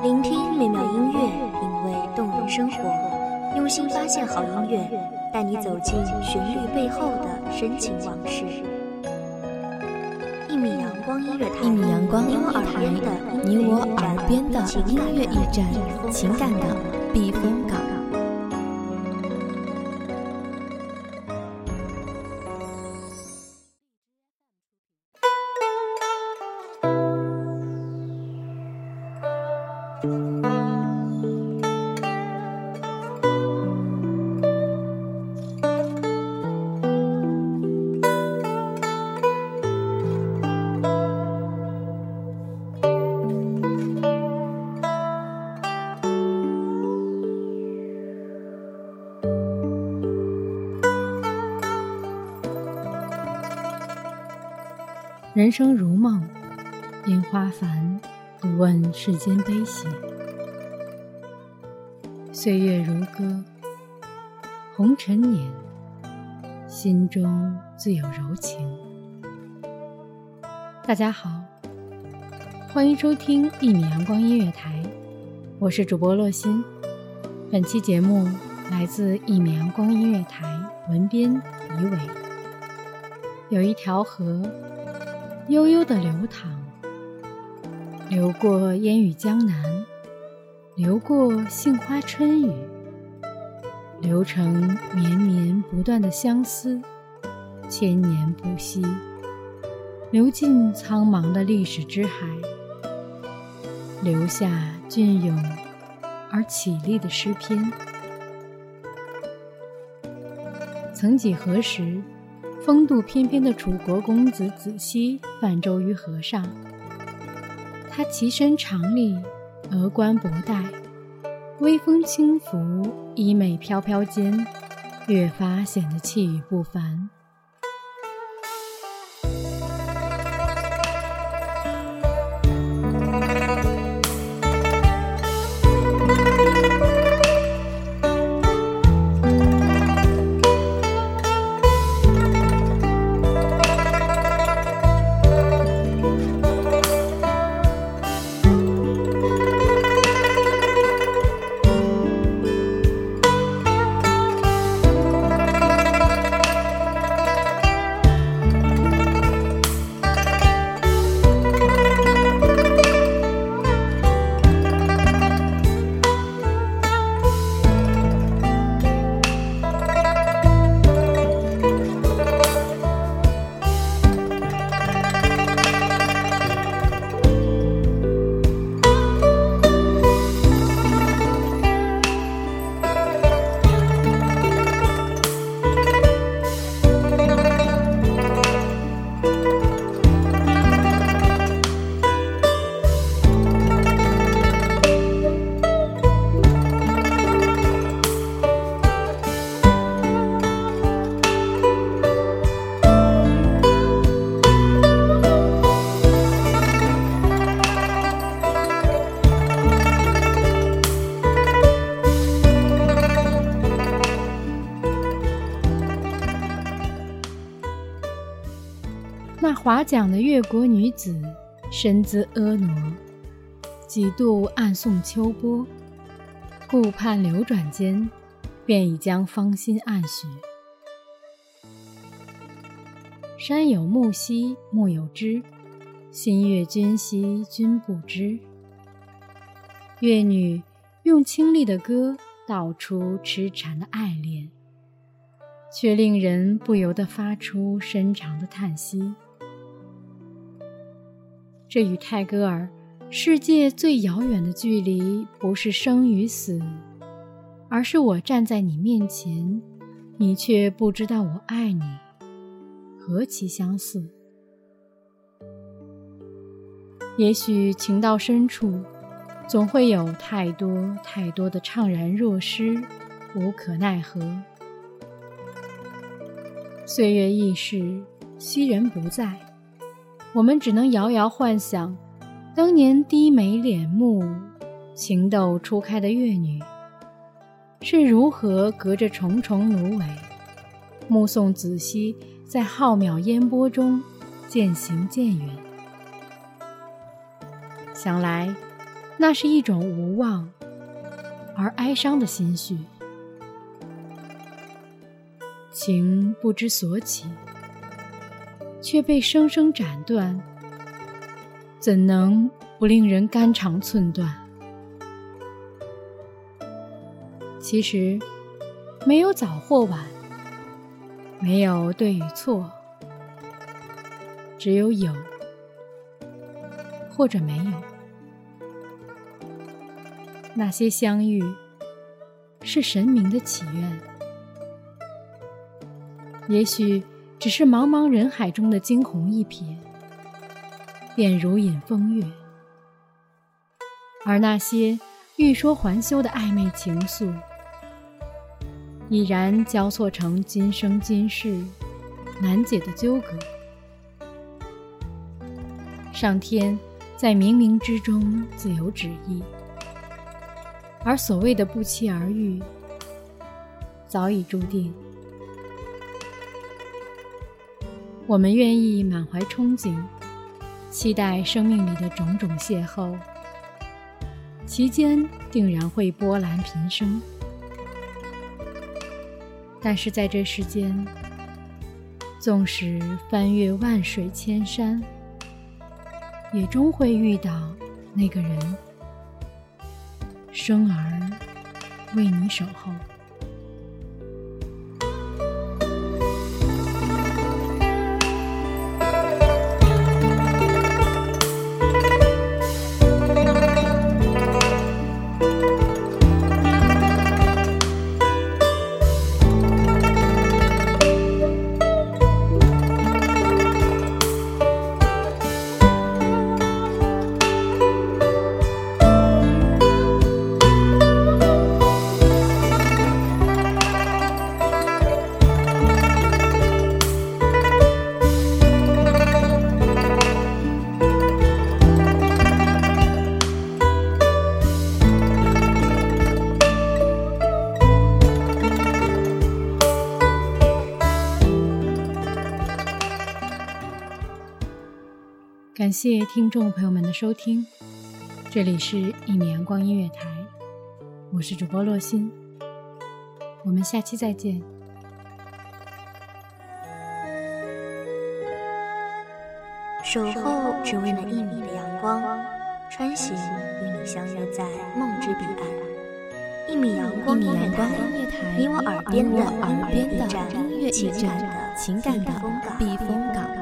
聆听美妙音乐，品味动人生活，用心发现好音乐，带你走进旋律背后的深情往事。一米阳光音乐台， 你我耳边的音乐驿站，情感的避风港。 人生如梦，烟花繁，不问世间悲喜。岁月如歌，红尘年，心中自有柔情。大家好，欢迎收听一米阳光音乐台，我是主播洛心。本期节目来自一米阳光音乐台，文编李伟。有一条河悠悠地流淌，流过烟雨江南，流过杏花春雨，流成绵绵不断的相思，千年不息，流进苍茫的历史之海，留下隽永而绮丽的诗篇。曾几何时，风度翩翩的楚国公子子西泛舟于河上，他其身长立，额冠博带，微风轻拂，衣袂飘飘间，越发显得气宇不凡。那划桨的越国女子，身姿婀娜，几度暗送秋波，顾盼流转间，便已将芳心暗许。山有木兮木有枝，心悦君兮君不知。乐女用清丽的歌道出痴缠的爱恋，却令人不由得发出深长的叹息。这与泰戈尔世界最遥远的距离，不是生与死，而是我站在你面前，你却不知道我爱你，何其相似。也许情到深处，总会有太多太多的怅然若失，无可奈何。岁月易逝，昔人不在，我们只能遥遥幻想当年低眉敛目，情窦初开的乐女是如何隔着重重芦苇，目送子熙在浩渺烟波中渐行渐远。想来那是一种无望而哀伤的心绪。情不知所起，却被生生斩断，怎能不令人肝肠寸断？其实没有早或晚，没有对与错，只有有或者没有。那些相遇是神明的祈愿，也许只是茫茫人海中的惊鸿一瞥，便如饮风月。而那些欲说还休的暧昧情愫，已然交错成今生今世难解的纠葛。上天在冥冥之中自有旨意，而所谓的不期而遇，早已注定。我们愿意满怀憧憬，期待生命里的种种邂逅，其间定然会波澜频生。但是在这世间，纵使翻越万水千山，也终会遇到那个人，生而为你守候。感谢听众朋友们的收听，这里是一米阳光音乐台，我是主播洛心，我们下期再见。 守候只为那1米的阳光，穿行与你相约在梦之彼岸。1米阳光音乐台，你我耳边的音乐驿站，情感的避风港。